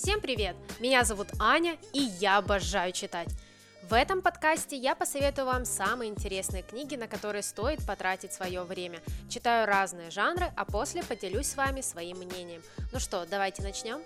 Всем привет! Меня зовут Аня, и я обожаю читать. В этом подкасте я посоветую вам самые интересные книги, на которые стоит потратить свое время. Читаю разные жанры, а после поделюсь с вами своим мнением. Ну что, давайте начнем?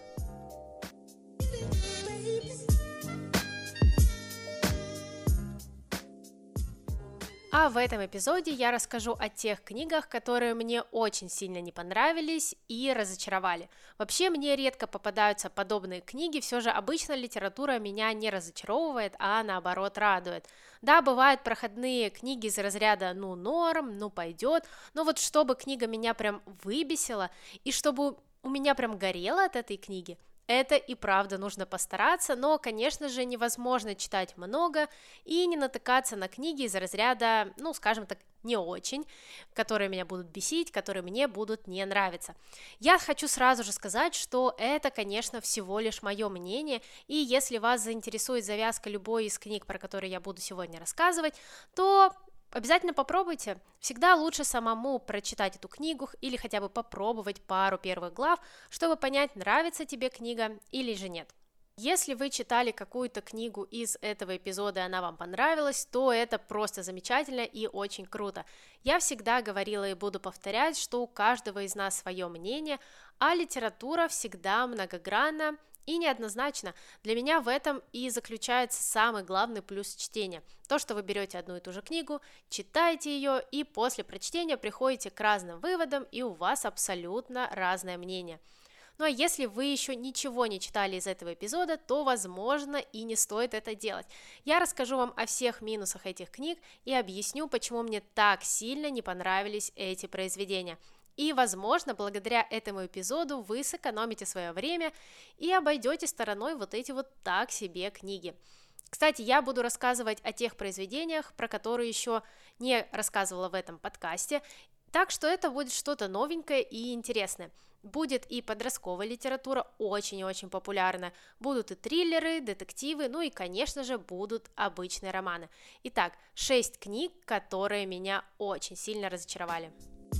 А в этом эпизоде я расскажу о тех книгах, которые мне очень сильно не понравились и разочаровали. Вообще, мне редко попадаются подобные книги, все же обычно литература меня не разочаровывает, а наоборот радует. Да, бывают проходные книги из разряда «ну норм», «ну пойдет», но вот чтобы книга меня прям выбесила и чтобы у меня прям горело от этой книги, это и правда нужно постараться, но, конечно же, невозможно читать много и не натыкаться на книги из разряда, ну, скажем так, не очень, которые меня будут бесить, которые мне будут не нравиться. Я хочу сразу же сказать, что это, конечно, всего лишь мое мнение, и если вас заинтересует завязка любой из книг, про которые я буду сегодня рассказывать, то обязательно попробуйте. Всегда лучше самому прочитать эту книгу или хотя бы попробовать пару первых глав, чтобы понять, нравится тебе книга или же нет. Если вы читали какую-то книгу из этого эпизода и она вам понравилась, то это просто замечательно и очень круто. Я всегда говорила и буду повторять, что у каждого из нас свое мнение, а литература всегда многогранна и неоднозначно. Для меня в этом и заключается самый главный плюс чтения. То, что вы берете одну и ту же книгу, читаете ее и после прочтения приходите к разным выводам, и у вас абсолютно разное мнение. Ну а если вы еще ничего не читали из этого эпизода, то, возможно, и не стоит это делать. Я расскажу вам о всех минусах этих книг и объясню, почему мне так сильно не понравились эти произведения. И, возможно, благодаря этому эпизоду вы сэкономите свое время и обойдете стороной вот эти вот так себе книги. Кстати, я буду рассказывать о тех произведениях, про которые еще не рассказывала в этом подкасте, так что это будет что-то новенькое и интересное. Будет и подростковая литература, очень и очень популярная, будут и триллеры, детективы, ну и, конечно же, будут обычные романы. Итак, 6 книг, которые меня очень сильно разочаровали.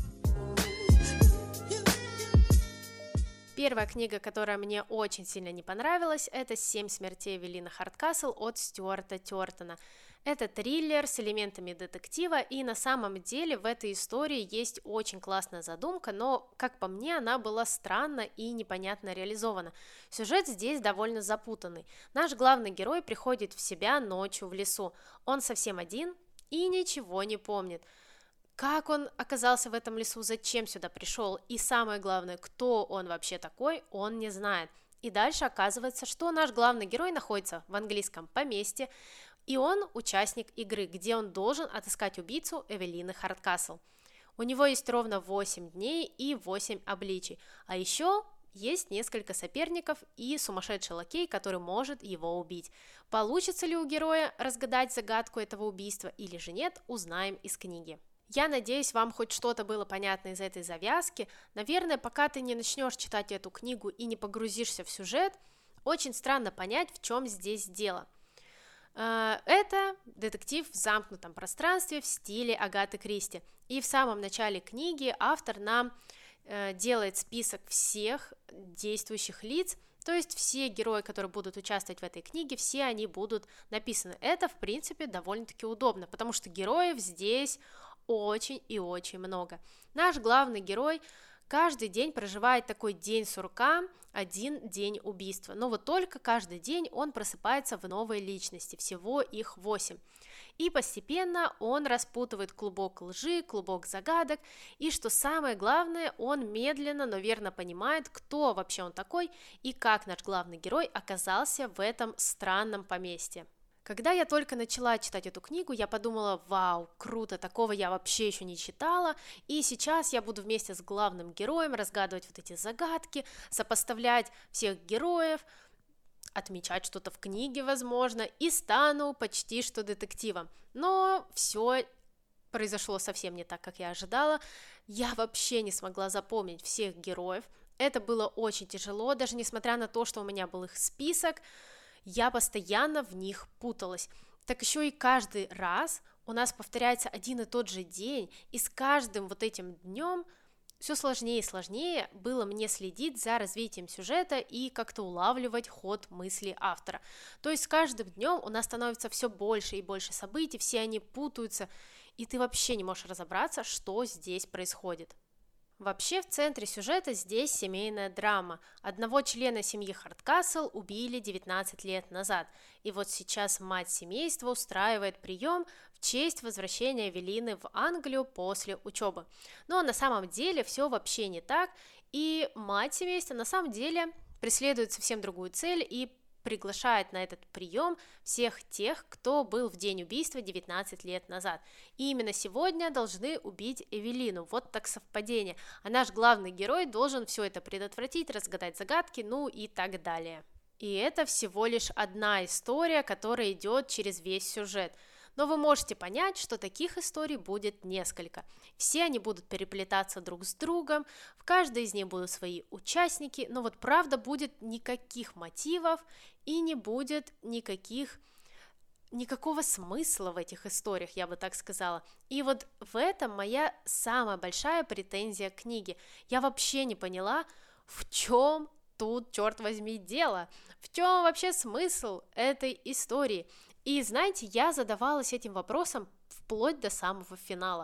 Первая книга, которая мне очень сильно не понравилась, это «Семь смертей Эвелины Хардкасл» от Стюарта Тёртона. Это триллер с элементами детектива, и на самом деле в этой истории есть очень классная задумка, но, как по мне, она была странно и непонятно реализована. Сюжет здесь довольно запутанный. Наш главный герой приходит в себя ночью в лесу. Он совсем один и ничего не помнит. Как он оказался в этом лесу, зачем сюда пришел, и самое главное, кто он вообще такой, он не знает. И дальше оказывается, что наш главный герой находится в английском поместье, и он участник игры, где он должен отыскать убийцу Эвелины Хардкасл. У него есть ровно 8 дней и 8 обличий, а еще есть несколько соперников и сумасшедший лакей, который может его убить. Получится ли у героя разгадать загадку этого убийства или же нет, узнаем из книги. Я надеюсь, вам хоть что-то было понятно из этой завязки. Наверное, пока ты не начнешь читать эту книгу и не погрузишься в сюжет, очень странно понять, в чем здесь дело. Это детектив в замкнутом пространстве в стиле Агаты Кристи. И в самом начале книги автор нам делает список всех действующих лиц, то есть все герои, которые будут участвовать в этой книге, все они будут написаны. Это, в принципе, довольно-таки удобно, потому что героев здесь очень и очень много. Наш главный герой каждый день проживает такой день сурка, один день убийства. Но вот только каждый день он просыпается в новой личности, всего их 8. И постепенно он распутывает клубок лжи, клубок загадок, и что самое главное, он медленно, но верно понимает, кто вообще он такой и как наш главный герой оказался в этом странном поместье. Когда я только начала читать эту книгу, я подумала: вау, круто, такого я вообще еще не читала, и сейчас я буду вместе с главным героем разгадывать вот эти загадки, сопоставлять всех героев, отмечать что-то в книге, возможно, и стану почти что детективом. Но все произошло совсем не так, как я ожидала. Я вообще не смогла запомнить всех героев. Это было очень тяжело, даже несмотря на то, что у меня был их список, я постоянно в них путалась. Так еще и каждый раз у нас повторяется один и тот же день, и с каждым вот этим днем все сложнее и сложнее было мне следить за развитием сюжета и как-то улавливать ход мысли автора. То есть с каждым днем у нас становится все больше и больше событий, все они путаются, и ты вообще не можешь разобраться, что здесь происходит. Вообще в центре сюжета здесь семейная драма. Одного члена семьи Хардкасл убили 19 лет назад, и вот сейчас мать семейства устраивает прием в честь возвращения Эвелины в Англию после учебы. Но на самом деле все вообще не так, и мать семейства на самом деле преследует совсем другую цель и приглашает на этот прием всех тех, кто был в день убийства 19 лет назад. И именно сегодня должны убить Эвелину. Вот так совпадение. А наш главный герой должен все это предотвратить, разгадать загадки, ну и так далее. И это всего лишь одна история, которая идет через весь сюжет. Но вы можете понять, что таких историй будет несколько. Все они будут переплетаться друг с другом, в каждой из них будут свои участники, но вот правда будет никаких мотивов и не будет никакого смысла в этих историях, я бы так сказала. И вот в этом моя самая большая претензия к книге. Я вообще не поняла, в чем тут, черт возьми, дело, в чем вообще смысл этой истории. И знаете, я задавалась этим вопросом вплоть до самого финала.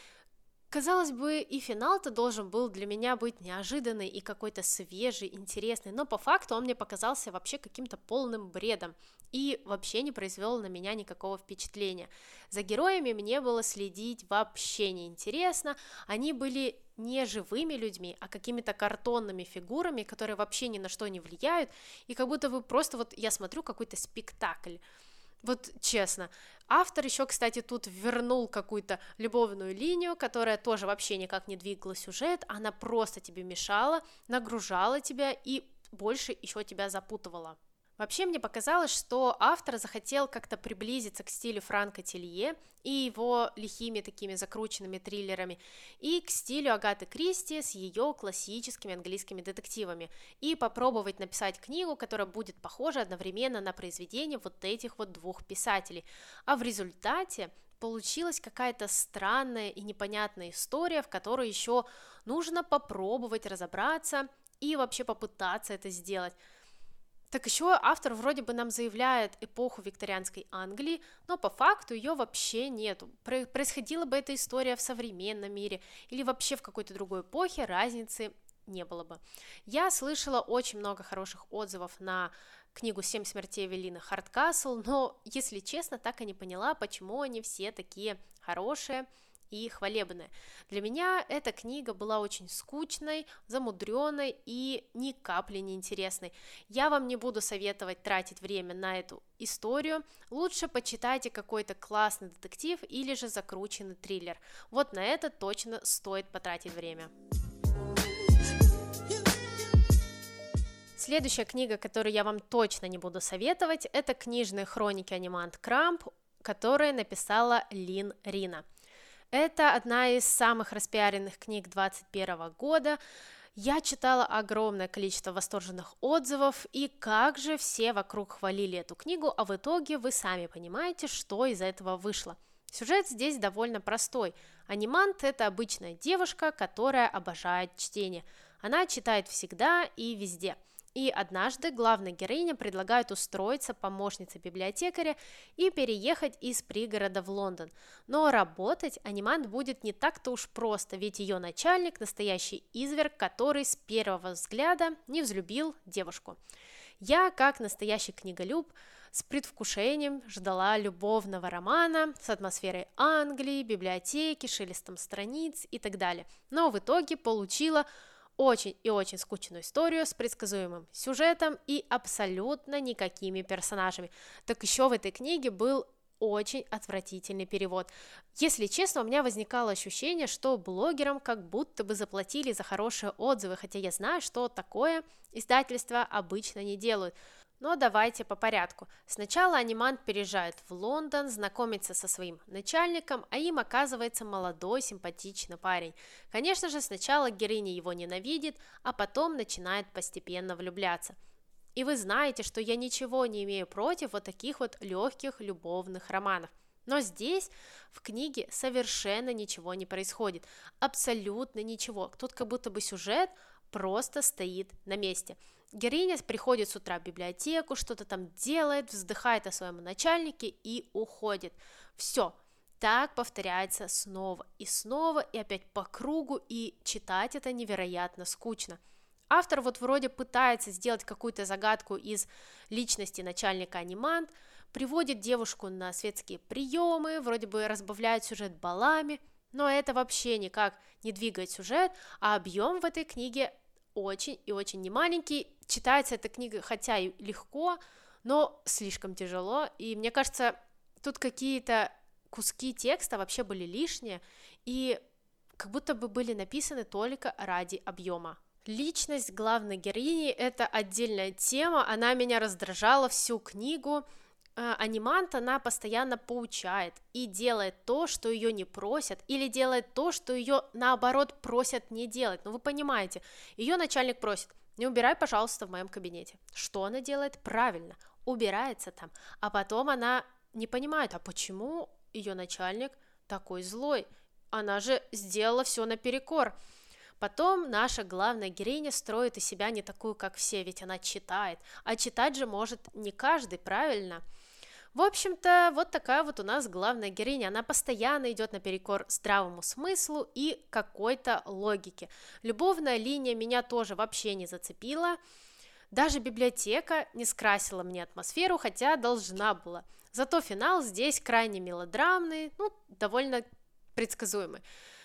Казалось бы, и финал-то должен был для меня быть неожиданный и какой-то свежий, интересный, но по факту он мне показался вообще каким-то полным бредом и вообще не произвел на меня никакого впечатления. За героями мне было следить вообще неинтересно, они были не живыми людьми, а какими-то картонными фигурами, которые вообще ни на что не влияют, и как будто бы просто вот я смотрю какой-то спектакль. Вот честно, автор еще, кстати, тут вернул какую-то любовную линию, которая тоже вообще никак не двигала сюжет, она просто тебе мешала, нагружала тебя и больше еще тебя запутывала. Вообще мне показалось, что автор захотел как-то приблизиться к стилю Франка Телье и его лихими такими закрученными триллерами, и к стилю Агаты Кристи с ее классическими английскими детективами, и попробовать написать книгу, которая будет похожа одновременно на произведение вот этих вот двух писателей. А в результате получилась какая-то странная и непонятная история, в которой еще нужно попробовать разобраться и вообще попытаться это сделать. Так еще автор вроде бы нам заявляет эпоху викторианской Англии, но по факту ее вообще нету. Происходила бы эта история в современном мире или вообще в какой-то другой эпохе, разницы не было бы. Я слышала очень много хороших отзывов на книгу «Семь смертей Эвелины Хардкасл», но, если честно, так и не поняла, почему они все такие хорошие и хвалебная. Для меня эта книга была очень скучной, замудренной и ни капли не интересной. Я вам не буду советовать тратить время на эту историю. Лучше почитайте какой-то классный детектив или же закрученный триллер. Вот на это точно стоит потратить время. Следующая книга, которую я вам точно не буду советовать, это книжные хроники Анимант Крамп, которые написала Лин Рина. Это одна из самых распиаренных книг 2021 года. Я читала огромное количество восторженных отзывов, и как же все вокруг хвалили эту книгу, а в итоге вы сами понимаете, что из этого вышло. Сюжет здесь довольно простой. Анимант – это обычная девушка, которая обожает чтение. Она читает всегда и везде. И однажды главная героиня предлагает устроиться помощницей библиотекаря и переехать из пригорода в Лондон. Но работать Анимант будет не так-то уж просто, ведь ее начальник – настоящий изверг, который с первого взгляда не взлюбил девушку. Я, как настоящий книголюб, с предвкушением ждала любовного романа с атмосферой Англии, библиотеки, шелестом страниц и так далее. Но в итоге получила очень и очень скучную историю с предсказуемым сюжетом и абсолютно никакими персонажами. Так еще в этой книге был очень отвратительный перевод. Если честно, у меня возникало ощущение, что блогерам как будто бы заплатили за хорошие отзывы, хотя я знаю, что такое издательства обычно не делают. Но давайте по порядку. Сначала Анимант переезжает в Лондон, знакомится со своим начальником, а им оказывается молодой симпатичный парень. Конечно же, сначала героиня его ненавидит, а потом начинает постепенно влюбляться. И вы знаете, что я ничего не имею против вот таких вот легких любовных романов. Но здесь в книге совершенно ничего не происходит, абсолютно ничего. Тут как будто бы сюжет просто стоит на месте. Героиня приходит с утра в библиотеку, что-то там делает, вздыхает о своем начальнике и уходит. Все, так повторяется снова, и опять по кругу, и читать это невероятно скучно. Автор вот вроде пытается сделать какую-то загадку из личности начальника анимант, приводит девушку на светские приемы, вроде бы разбавляет сюжет балами, но это вообще никак не двигает сюжет, а объем в этой книге очень и очень немаленький. Читается эта книга хотя и легко, но слишком тяжело, и мне кажется, тут какие-то куски текста вообще были лишние, и как будто бы были написаны только ради объема. Личность главной героини – это отдельная тема, она меня раздражала всю книгу. Анимант, она постоянно поучает и делает то, что ее не просят, или делает то, что ее наоборот просят не делать. Ну вы понимаете, ее начальник просит: не убирай, пожалуйста, в моем кабинете. Что она делает? Правильно, убирается там, а потом она не понимает, а почему ее начальник такой злой? Она же сделала все наперекор. Потом наша главная героиня строит из себя не такую, как все, ведь она читает, а читать же может не каждый, правильно? В общем-то, вот такая вот у нас главная героиня, она постоянно идет наперекор здравому смыслу и какой-то логике. Любовная линия меня тоже вообще не зацепила, даже библиотека не скрасила мне атмосферу, хотя должна была. Зато финал здесь крайне мелодрамный, довольно предсказуемый.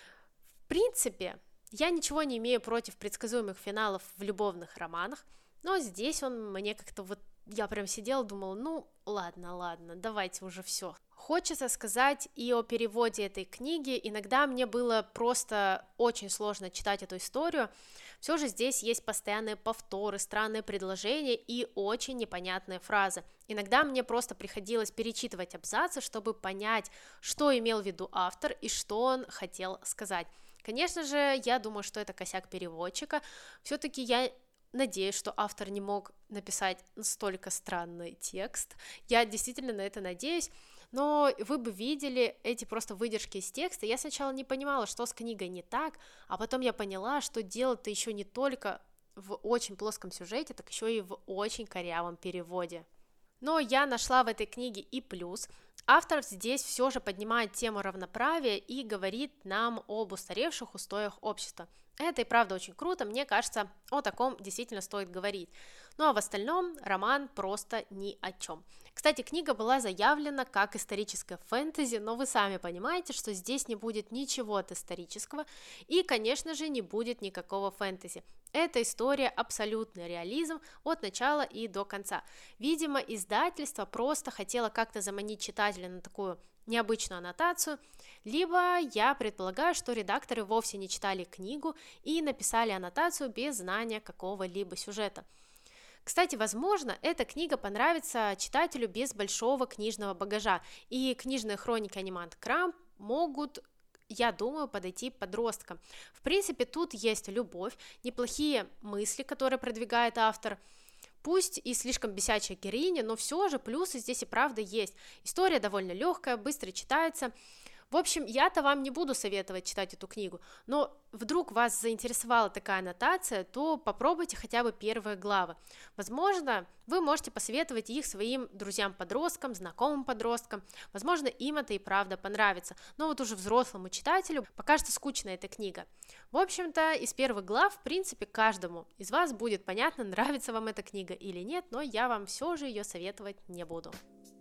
В принципе, я ничего не имею против предсказуемых финалов в любовных романах, но здесь он мне как-то вот, я прям сидела, думала, ладно, давайте уже все. Хочется сказать и о переводе этой книги. Иногда мне было просто очень сложно читать эту историю. Все же здесь есть постоянные повторы, странные предложения и очень непонятные фразы. Иногда мне просто приходилось перечитывать абзацы, чтобы понять, что имел в виду автор и что он хотел сказать. Конечно же, я думаю, что это косяк переводчика. Все-таки я надеюсь, что автор не мог написать настолько странный текст. Я действительно на это надеюсь. Но вы бы видели эти просто выдержки из текста. Я сначала не понимала, что с книгой не так, а потом я поняла, что дело-то еще не только в очень плоском сюжете, так еще и в очень корявом переводе. Но я нашла в этой книге и плюс. Автор здесь все же поднимает тему равноправия и говорит нам об устаревших устоях общества. Это и правда очень круто, мне кажется, о таком действительно стоит говорить. Ну а в остальном роман просто ни о чем. Кстати, книга была заявлена как историческое фэнтези, но вы сами понимаете, что здесь не будет ничего от исторического и, конечно же, не будет никакого фэнтези. Эта история абсолютный реализм от начала и до конца. Видимо, издательство просто хотело как-то заманить читателя на такую необычную аннотацию, либо я предполагаю, что редакторы вовсе не читали книгу и написали аннотацию без знания какого-либо сюжета. Кстати, возможно, эта книга понравится читателю без большого книжного багажа, и книжные хроники Анимант Крам могут, я думаю, подойти подросткам. В принципе, тут есть любовь, неплохие мысли, которые продвигает автор. Пусть и слишком бесячая героиня, но все же плюсы здесь и правда есть. История довольно легкая, быстро читается. В общем, я-то вам не буду советовать читать эту книгу, но вдруг вас заинтересовала такая аннотация, то попробуйте хотя бы первые главы. Возможно, вы можете посоветовать их своим друзьям-подросткам, знакомым подросткам. Возможно, им это и правда понравится. Но вот уже взрослому читателю покажется скучная эта книга. В общем-то, из первых глав, в принципе, каждому из вас будет понятно, нравится вам эта книга или нет, но я вам все же ее советовать не буду.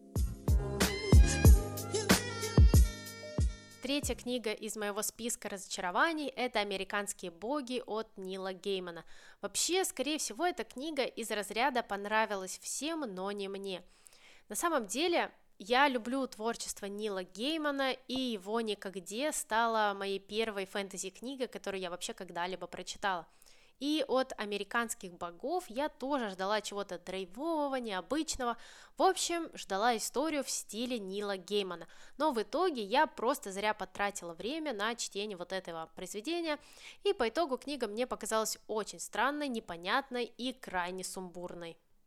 Третья книга из моего списка разочарований – это «Американские боги» от Нила Геймана. Вообще, скорее всего, эта книга из разряда понравилась всем, но не мне. На самом деле, я люблю творчество Нила Геймана, и его «Никогде» стала моей первой фэнтези-книгой, которую я вообще когда-либо прочитала. И от «Американских богов» я тоже ждала чего-то драйвового, необычного. В общем, ждала историю в стиле Нила Геймана. Но в итоге я просто зря потратила время на чтение вот этого произведения. И по итогу книга мне показалась очень странной, непонятной и крайне сумбурной.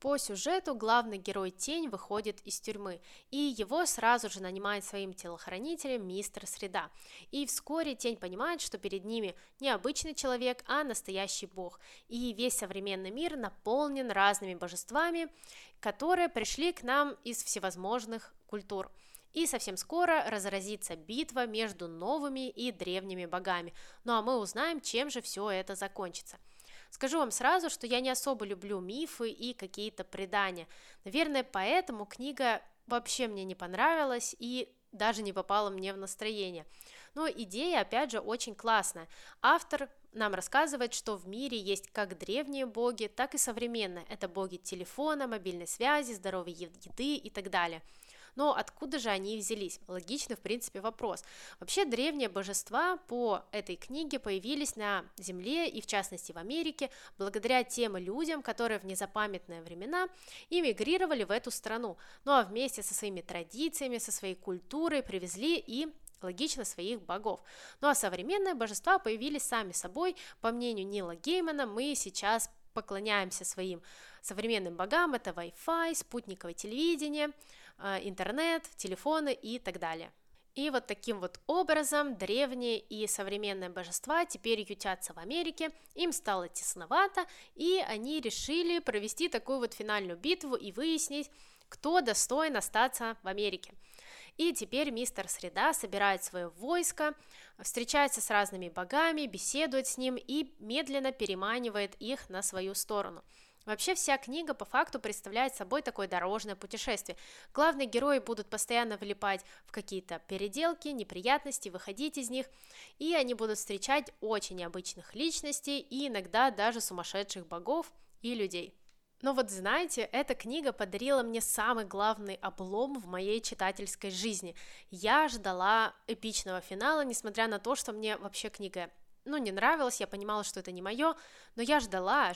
По сюжету главный герой Тень выходит из тюрьмы, и его сразу же нанимает своим телохранителем мистер Среда. И вскоре Тень понимает, что перед ними не обычный человек, а настоящий бог. И весь современный мир наполнен разными божествами, которые пришли к нам из всевозможных культур. И совсем скоро разразится битва между новыми и древними богами. Ну а мы узнаем, чем же все это закончится. Скажу вам сразу, что я не особо люблю мифы и какие-то предания. Наверное, поэтому книга вообще мне не понравилась и даже не попала мне в настроение. Но идея, опять же, очень классная. Автор нам рассказывает, что в мире есть как древние боги, так и современные. Это боги телефона, мобильной связи, здоровой еды и так далее. Но откуда же они взялись? Логичный, в принципе, вопрос. Вообще, древние божества по этой книге появились на Земле и, в частности, в Америке, благодаря тем людям, которые в незапамятные времена эмигрировали в эту страну, ну а вместе со своими традициями, со своей культурой привезли и логично своих богов. Ну а современные божества появились сами собой. По мнению Нила Геймана, мы сейчас поклоняемся своим современным богам. Это Wi-Fi, спутниковое телевидение, интернет, телефоны и так далее. И вот таким вот образом древние и современные божества теперь ютятся в Америке, им стало тесновато, и они решили провести такую вот финальную битву и выяснить, кто достоин остаться в Америке. И теперь мистер Среда собирает свое войско, встречается с разными богами, беседует с ним и медленно переманивает их на свою сторону. Вообще вся книга по факту представляет собой такое дорожное путешествие. Главные герои будут постоянно влипать в какие-то переделки, неприятности, выходить из них, и они будут встречать очень необычных личностей и иногда даже сумасшедших богов и людей. Но вот знаете, эта книга подарила мне самый главный облом в моей читательской жизни. Я ждала эпичного финала, несмотря на то, что мне вообще книга, не нравилась, я понимала, что это не мое, но я ждала.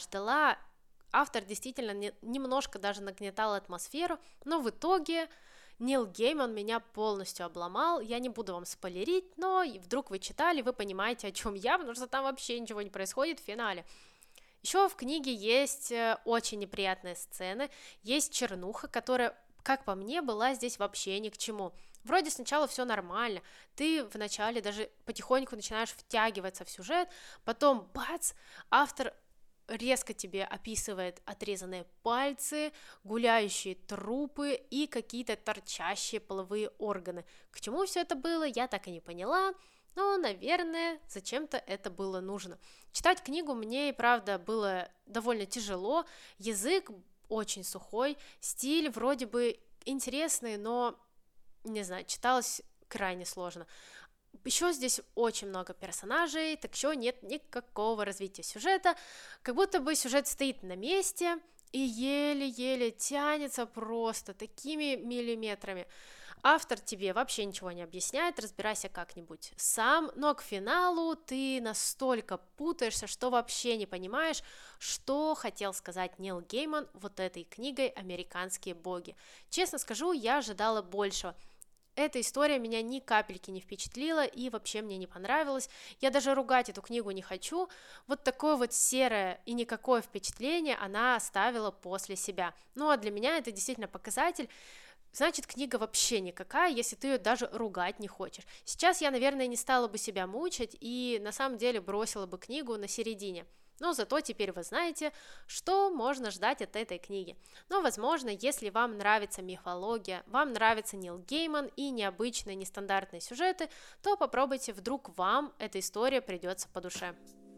Автор действительно немножко даже нагнетал атмосферу, но в итоге Нил Гейман меня полностью обломал. Я не буду вам спойлерить, но вдруг вы читали, вы понимаете, о чем я, потому что там вообще ничего не происходит в финале. Еще в книге есть очень неприятные сцены, есть чернуха, которая, как по мне, была здесь вообще ни к чему. Вроде сначала все нормально, ты вначале даже потихоньку начинаешь втягиваться в сюжет, потом бац, автор резко тебе описывает отрезанные пальцы, гуляющие трупы и какие-то торчащие половые органы. К чему все это было, я так и не поняла, но, наверное, зачем-то это было нужно. Читать книгу мне и правда было довольно тяжело, язык очень сухой, стиль вроде бы интересный, но, не знаю, читалось крайне сложно. Еще здесь очень много персонажей, так еще нет никакого развития сюжета, как будто бы сюжет стоит на месте и еле-еле тянется просто такими миллиметрами. Автор тебе вообще ничего не объясняет, разбирайся как-нибудь сам, но к финалу ты настолько путаешься, что вообще не понимаешь, что хотел сказать Нил Гейман вот этой книгой «Американские боги». Честно скажу, я ожидала большего. Эта история меня ни капельки не впечатлила и вообще мне не понравилась. Я даже ругать эту книгу не хочу. Вот такое вот серое и никакое впечатление она оставила после себя. Ну а для меня это действительно показатель. Значит, книга вообще никакая, если ты ее даже ругать не хочешь. Сейчас я, наверное, не стала бы себя мучить и на самом деле бросила бы книгу на середине. Но зато теперь вы знаете, что можно ждать от этой книги. Но, возможно, если вам нравится мифология, вам нравится Нил Гейман и необычные, нестандартные сюжеты, то попробуйте, вдруг вам эта история придется по душе.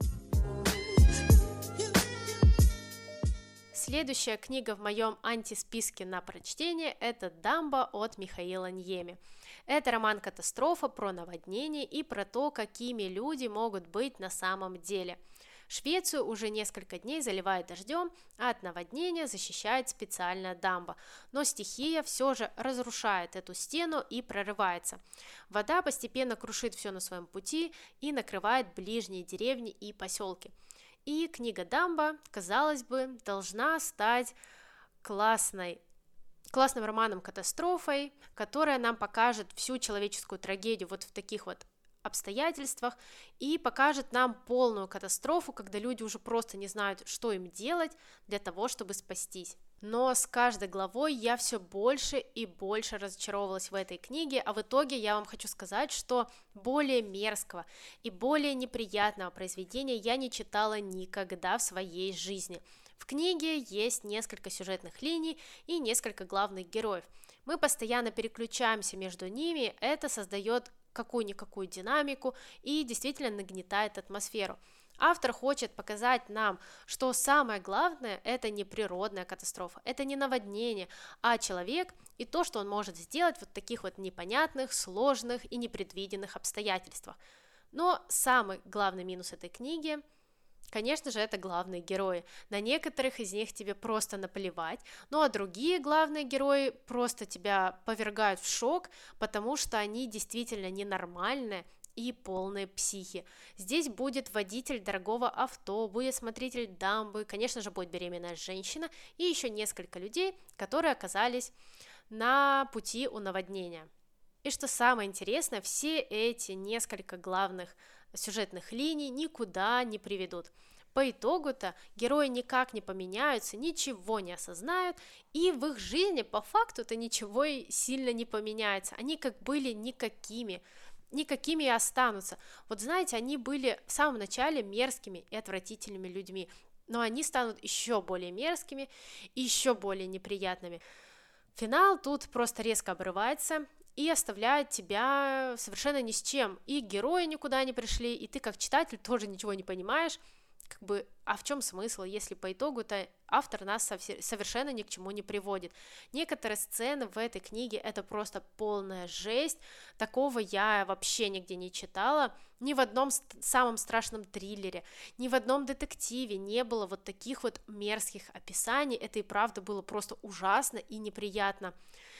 Следующая книга в моем антисписке на прочтение – это «Дамба» от Михаила Ньеми. Это роман-катастрофа про наводнение и про то, какими люди могут быть на самом деле. Швецию уже несколько дней заливает дождем, а от наводнения защищает специальная дамба. Но стихия все же разрушает эту стену и прорывается. Вода постепенно крушит все на своем пути и накрывает ближние деревни и поселки. И книга «Дамба», казалось бы, должна стать классным романом-катастрофой, которая нам покажет всю человеческую трагедию вот в таких вот обстоятельствах и покажет нам полную катастрофу, когда люди уже просто не знают, что им делать для того, чтобы спастись. Но с каждой главой я все больше и больше разочаровывалась в этой книге, а в итоге я вам хочу сказать, что более мерзкого и более неприятного произведения я не читала никогда в своей жизни. В книге есть несколько сюжетных линий и несколько главных героев. Мы постоянно переключаемся между ними, это создает какую-никакую динамику и действительно нагнетает атмосферу. Автор хочет показать нам, что самое главное – это не природная катастрофа, это не наводнение, а человек и то, что он может сделать в вот таких вот непонятных, сложных и непредвиденных обстоятельствах. Но самый главный минус этой книги, конечно же, это главные герои. На некоторых из них тебе просто наплевать, ну а другие главные герои просто тебя повергают в шок, потому что они действительно ненормальные и полные психи. Здесь будет водитель дорогого авто, будет смотритель дамбы, конечно же, будет беременная женщина и еще несколько людей, которые оказались на пути у наводнения. И что самое интересное, все эти несколько главных сюжетных линий никуда не приведут. По итогу-то герои никак не поменяются, ничего не осознают, и в их жизни по факту-то ничего и сильно не поменяется. Они как были никакими и останутся. Вот знаете, они были в самом начале мерзкими и отвратительными людьми, но они станут еще более мерзкими и еще более неприятными. Финал тут просто резко обрывается и оставляет тебя совершенно ни с чем. И герои никуда не пришли, и ты как читатель тоже ничего не понимаешь, а в чем смысл, если по итогу-то автор нас совершенно ни к чему не приводит. Некоторые сцены в этой книге это просто полная жесть, такого я вообще нигде не читала, ни в одном самом страшном триллере, ни в одном детективе не было вот таких вот мерзких описаний, это и правда было просто ужасно и неприятно.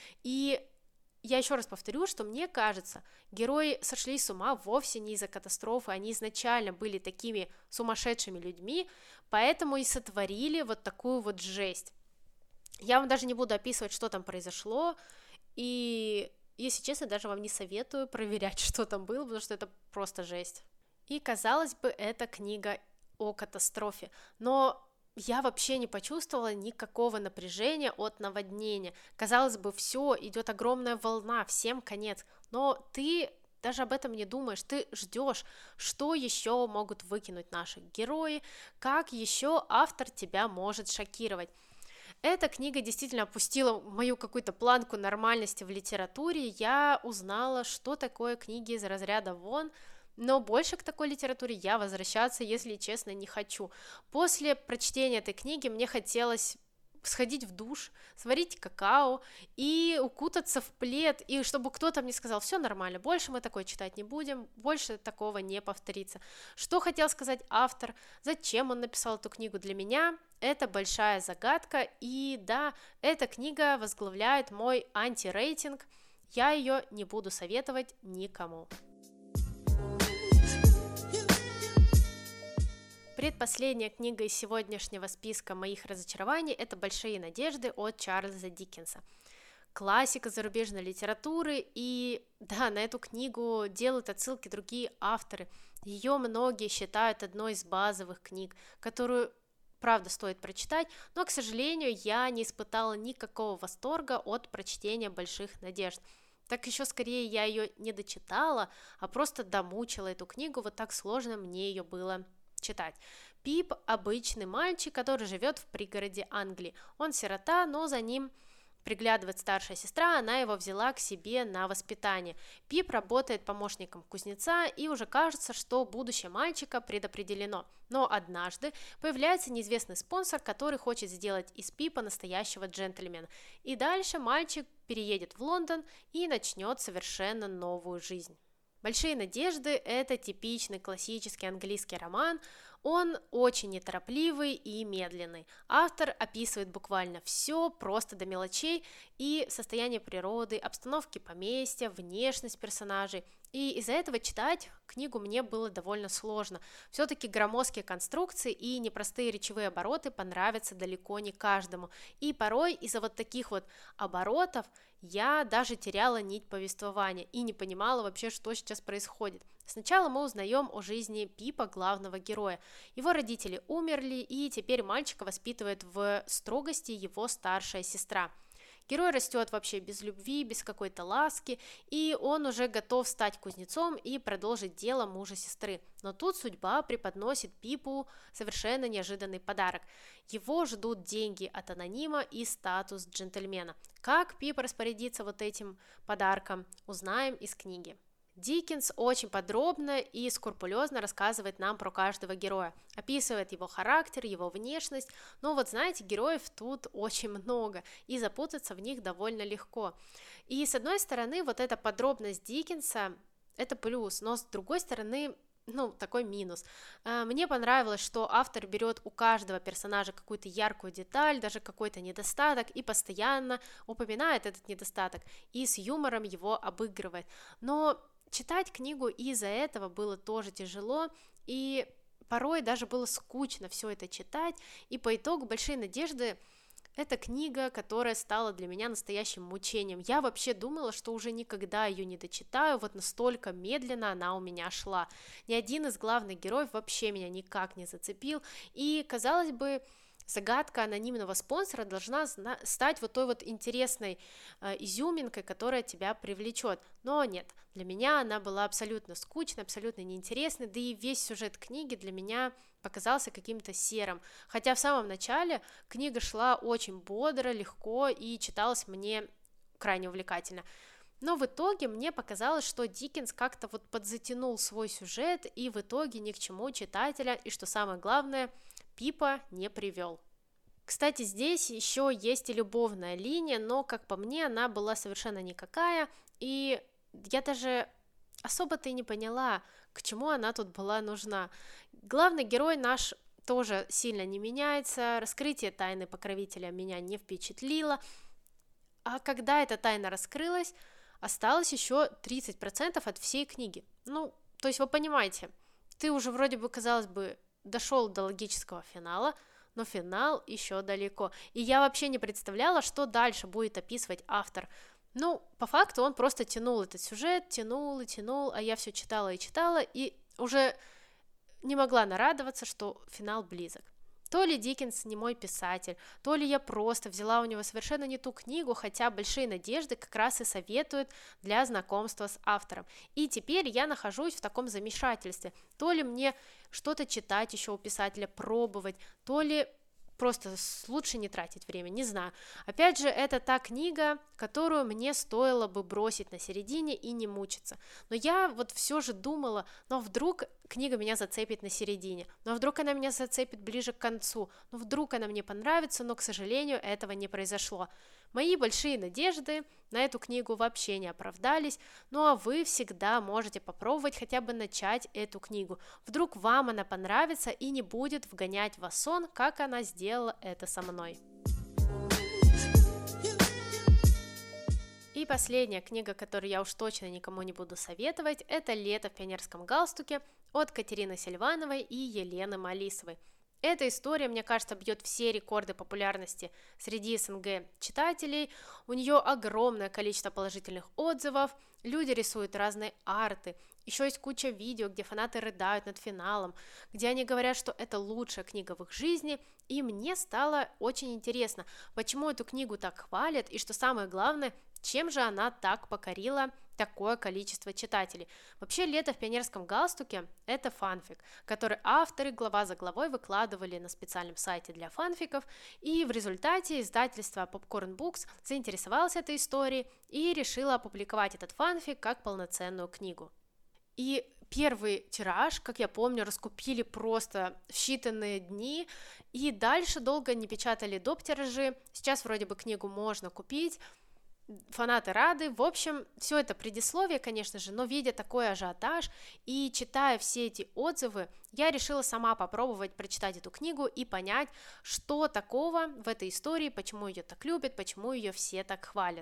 И я еще раз повторю, что мне кажется, герои сошли с ума вовсе не из-за катастрофы, они изначально были такими сумасшедшими людьми, поэтому и сотворили вот такую вот жесть. Я вам даже не буду описывать, что там произошло, и, если честно, даже вам не советую проверять, что там было, потому что это просто жесть. И, казалось бы, это книга о катастрофе, но я вообще не почувствовала никакого напряжения от наводнения. Казалось бы, все, идет огромная волна, всем конец. Но ты даже об этом не думаешь, ты ждешь, что еще могут выкинуть наши герои, как еще автор тебя может шокировать. Эта книга действительно опустила мою какую-то планку нормальности в литературе. Я узнала, что такое книги из разряда вон, но больше к такой литературе я возвращаться, если честно, не хочу. После прочтения этой книги мне хотелось сходить в душ, сварить какао и укутаться в плед, и чтобы кто-то мне сказал: все нормально, больше мы такое читать не будем, больше такого не повторится. Что хотел сказать автор, зачем он написал эту книгу, для меня это большая загадка, и да, эта книга возглавляет мой антирейтинг, я ее не буду советовать никому. Предпоследняя книга из сегодняшнего списка моих разочарований – это «Большие надежды» от Чарльза Диккенса. Классика зарубежной литературы, и да, на эту книгу делают отсылки другие авторы. Ее многие считают одной из базовых книг, которую, правда, стоит прочитать, но, к сожалению, я не испытала никакого восторга от прочтения «Больших надежд». Так еще скорее я ее не дочитала, а просто домучила эту книгу, вот так сложно мне ее было читать. Пип – обычный мальчик, который живет в пригороде Англии. Он сирота, но за ним приглядывает старшая сестра, она его взяла к себе на воспитание. Пип работает помощником кузнеца, и уже кажется, что будущее мальчика предопределено. Но однажды появляется неизвестный спонсор, который хочет сделать из Пипа настоящего джентльмена. И дальше мальчик переедет в Лондон и начнет совершенно новую жизнь. «Большие надежды» – это типичный классический английский роман, он очень неторопливый и медленный. Автор описывает буквально все, просто до мелочей, и состояние природы, обстановки поместья, внешность персонажей. И из-за этого читать книгу мне было довольно сложно. Все-таки громоздкие конструкции и непростые речевые обороты понравятся далеко не каждому. И порой из-за вот таких вот оборотов я даже теряла нить повествования и не понимала вообще, что сейчас происходит. Сначала мы узнаем о жизни Пипа, главного героя. Его родители умерли, и теперь мальчика воспитывает в строгости его старшая сестра. Герой растет вообще без любви, без какой-то ласки, и он уже готов стать кузнецом и продолжить дело мужа сестры. Но тут судьба преподносит Пипу совершенно неожиданный подарок. Его ждут деньги от анонима и статус джентльмена. Как Пип распорядится вот этим подарком, узнаем из книги. Диккенс очень подробно и скрупулезно рассказывает нам про каждого героя, описывает его характер, его внешность, но вот знаете, героев тут очень много, и запутаться в них довольно легко. И с одной стороны, вот эта подробность Диккенса – это плюс, но с другой стороны, такой минус. Мне понравилось, что автор берет у каждого персонажа какую-то яркую деталь, даже какой-то недостаток, и постоянно упоминает этот недостаток, и с юмором его обыгрывает. Но читать книгу из-за этого было тоже тяжело, и порой даже было скучно все это читать, и по итогу «Большие надежды» — это книга, которая стала для меня настоящим мучением. Я вообще думала, что уже никогда ее не дочитаю, вот настолько медленно она у меня шла. Ни один из главных героев вообще меня никак не зацепил, и, казалось бы, загадка анонимного спонсора должна стать вот той вот интересной изюминкой, которая тебя привлечет. Но нет, для меня она была абсолютно скучной, абсолютно неинтересной, да и весь сюжет книги для меня показался каким-то серым. Хотя в самом начале книга шла очень бодро, легко и читалась мне крайне увлекательно. Но в итоге мне показалось, что Диккенс как-то вот подзатянул свой сюжет и в итоге ни к чему читателя, и что самое главное, Пипа не привел. Кстати, здесь еще есть и любовная линия, но, как по мне, она была совершенно никакая, и я даже особо-то и не поняла, к чему она тут была нужна. Главный герой наш тоже сильно не меняется, раскрытие тайны покровителя меня не впечатлило, а когда эта тайна раскрылась, осталось еще 30% от всей книги. То есть вы понимаете, ты уже вроде бы, казалось бы, дошел до логического финала, но финал еще далеко. И я вообще не представляла, что дальше будет описывать автор. По факту он просто тянул этот сюжет, тянул и тянул, а я все читала и читала, и уже не могла нарадоваться, что финал близок. То ли Диккенс не мой писатель, то ли я просто взяла у него совершенно не ту книгу, хотя «Большие надежды» как раз и советуют для знакомства с автором. И теперь я нахожусь в таком замешательстве. То ли мне что-то читать еще у писателя, пробовать, то ли просто лучше не тратить время, не знаю. Опять же, это та книга, которую мне стоило бы бросить на середине и не мучиться. Но я вот все же думала, но вдруг книга меня зацепит на середине, но вдруг она меня зацепит ближе к концу, но вдруг она мне понравится, но, к сожалению, этого не произошло. Мои большие надежды на эту книгу вообще не оправдались, а вы всегда можете попробовать хотя бы начать эту книгу. Вдруг вам она понравится и не будет вгонять вас в сон, как она сделала это со мной. И последняя книга, которую я уж точно никому не буду советовать, это «Лето в пионерском галстуке» от Катерины Сильвановой и Елены Малисовой. Эта история, мне кажется, бьет все рекорды популярности среди СНГ читателей. У нее огромное количество положительных отзывов, люди рисуют разные арты, еще есть куча видео, где фанаты рыдают над финалом, где они говорят, что это лучшая книга в их жизни, и мне стало очень интересно, почему эту книгу так хвалят, и что самое главное, чем же она так покорила такое количество читателей. Вообще, «Лето в пионерском галстуке» — это фанфик, который авторы глава за главой выкладывали на специальном сайте для фанфиков, и в результате издательство Popcorn Books заинтересовалось этой историей и решило опубликовать этот фанфик как полноценную книгу. И первый тираж, как я помню, раскупили просто в считанные дни, и дальше долго не печатали доп. Тиражи, сейчас вроде бы книгу можно купить, фанаты рады. В общем, все это предисловие, конечно же, но видя такой ажиотаж и читая все эти отзывы, я решила сама попробовать прочитать эту книгу и понять, что такого в этой истории, почему ее так любят, почему ее все так хвалят.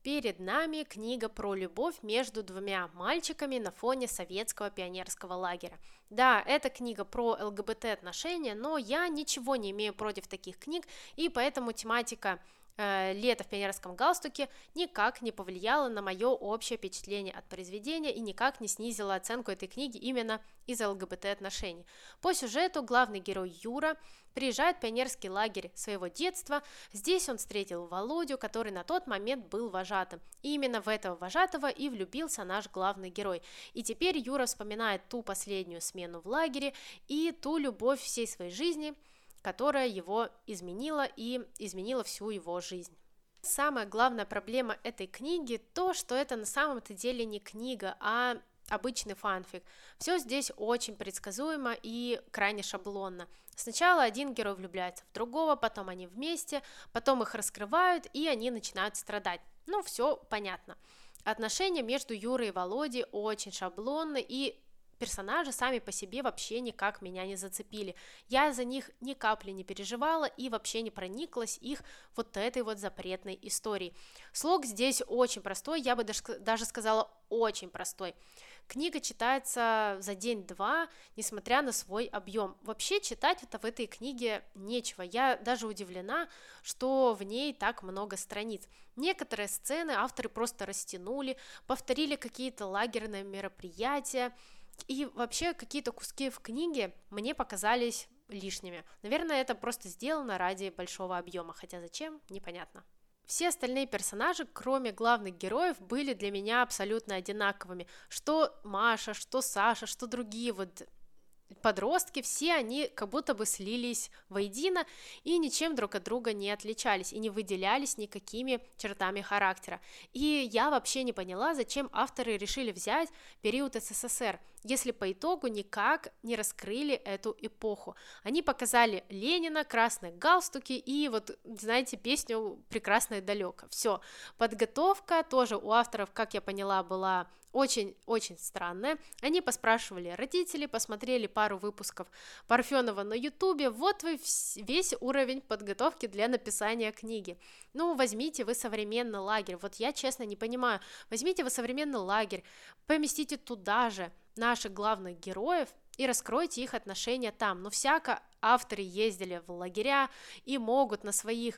Перед нами книга про любовь между двумя мальчиками на фоне советского пионерского лагеря. Да, это книга про ЛГБТ-отношения, но я ничего не имею против таких книг, и поэтому тематика «Лето в пионерском галстуке» никак не повлияла на мое общее впечатление от произведения и никак не снизила оценку этой книги именно из-за ЛГБТ-отношений. По сюжету главный герой Юра приезжает в пионерский лагерь своего детства. Здесь он встретил Володю, который на тот момент был вожатым. И именно в этого вожатого и влюбился наш главный герой. И теперь Юра вспоминает ту последнюю смену в лагере и ту любовь всей своей жизни, которая его изменила и изменила всю его жизнь. Самая главная проблема этой книги то, что это на самом-то деле не книга, а обычный фанфик. Все здесь очень предсказуемо и крайне шаблонно. Сначала один герой влюбляется в другого, потом они вместе, потом их раскрывают, и они начинают страдать. Ну, все понятно. Отношения между Юрой и Володей очень шаблонны, и персонажи сами по себе вообще никак меня не зацепили. Я за них ни капли не переживала и вообще не прониклась их вот этой вот запретной историей. Слог здесь очень простой, я бы даже сказала очень простой. Книга читается за день-два, несмотря на свой объем. Вообще читать в этой книге нечего. Я даже удивлена, что в ней так много страниц. Некоторые сцены авторы просто растянули, повторили какие-то лагерные мероприятия, и вообще какие-то куски в книге мне показались лишними. Наверное, это просто сделано ради большого объема, хотя зачем, непонятно. Все остальные персонажи, кроме главных героев, были для меня абсолютно одинаковыми. Что Маша, что Саша, что другие вот подростки, все они как будто бы слились воедино и ничем друг от друга не отличались и не выделялись никакими чертами характера. И я вообще не поняла, зачем авторы решили взять период СССР, если по итогу никак не раскрыли эту эпоху. Они показали Ленина, красные галстуки и вот, знаете, песню «Прекрасное далеко». Все. Подготовка тоже у авторов, как я поняла, была очень-очень странная. Они поспрашивали родителей, посмотрели пару выпусков Парфенова на ютубе. Вот вы весь уровень подготовки для написания книги. Ну, возьмите вы современный лагерь. Вот я честно не понимаю. Возьмите вы современный лагерь, поместите туда же наших главных героев и раскройте их отношения там. Но всяко авторы ездили в лагеря и могут на своем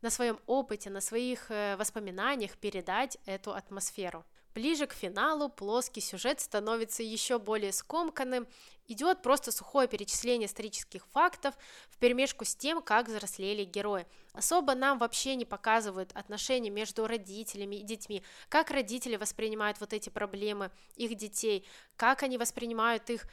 опыте, на своих воспоминаниях передать эту атмосферу. Ближе к финалу плоский сюжет становится еще более скомканным, идет просто сухое перечисление исторических фактов вперемешку с тем, как взрослели герои. Особо нам вообще не показывают отношения между родителями и детьми, как родители воспринимают вот эти проблемы их детей, как они воспринимают их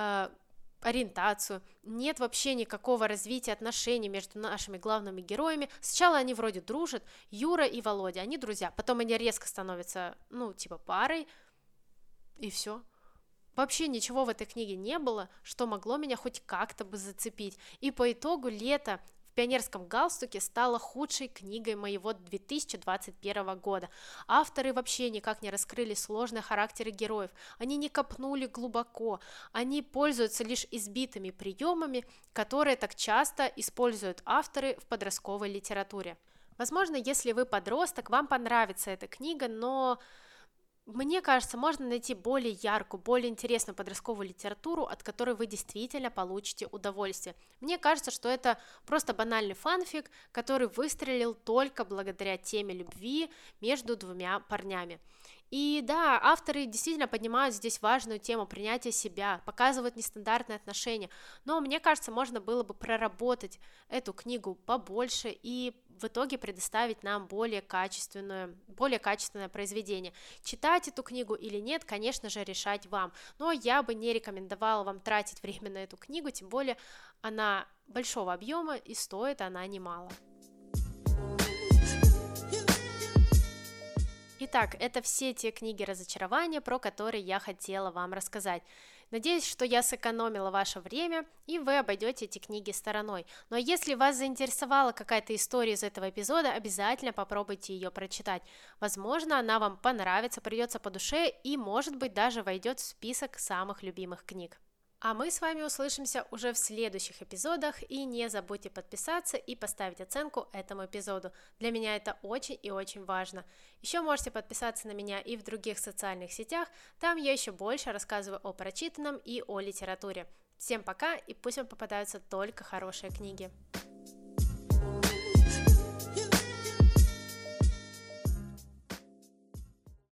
ориентацию. Нет вообще никакого развития отношений между нашими главными героями. Сначала они вроде дружат, Юра и Володя, они друзья, потом они резко становятся, парой, и все. Вообще ничего в этой книге не было, что могло меня хоть как-то бы зацепить. И по итогу «Лето в пионерском галстуке» стало худшей книгой моего 2021 года. Авторы вообще никак не раскрыли сложные характеры героев, они не копнули глубоко, они пользуются лишь избитыми приемами, которые так часто используют авторы в подростковой литературе. Возможно, если вы подросток, вам понравится эта книга, но мне кажется, можно найти более яркую, более интересную подростковую литературу, от которой вы действительно получите удовольствие. Мне кажется, что это просто банальный фанфик, который выстрелил только благодаря теме любви между двумя парнями. И да, авторы действительно поднимают здесь важную тему принятия себя, показывают нестандартные отношения, но мне кажется, можно было бы проработать эту книгу побольше и в итоге предоставить нам более качественное произведение. Читать эту книгу или нет, конечно же, решать вам, но я бы не рекомендовала вам тратить время на эту книгу, тем более она большого объема и стоит она немало. Итак, это все те книги разочарования, про которые я хотела вам рассказать. Надеюсь, что я сэкономила ваше время, и вы обойдете эти книги стороной. Но если вас заинтересовала какая-то история из этого эпизода, обязательно попробуйте ее прочитать. Возможно, она вам понравится, придется по душе и, может быть, даже войдет в список самых любимых книг. А мы с вами услышимся уже в следующих эпизодах, и не забудьте подписаться и поставить оценку этому эпизоду. Для меня это очень и очень важно. Еще можете подписаться на меня и в других социальных сетях, там я еще больше рассказываю о прочитанном и о литературе. Всем пока, и пусть вам попадаются только хорошие книги.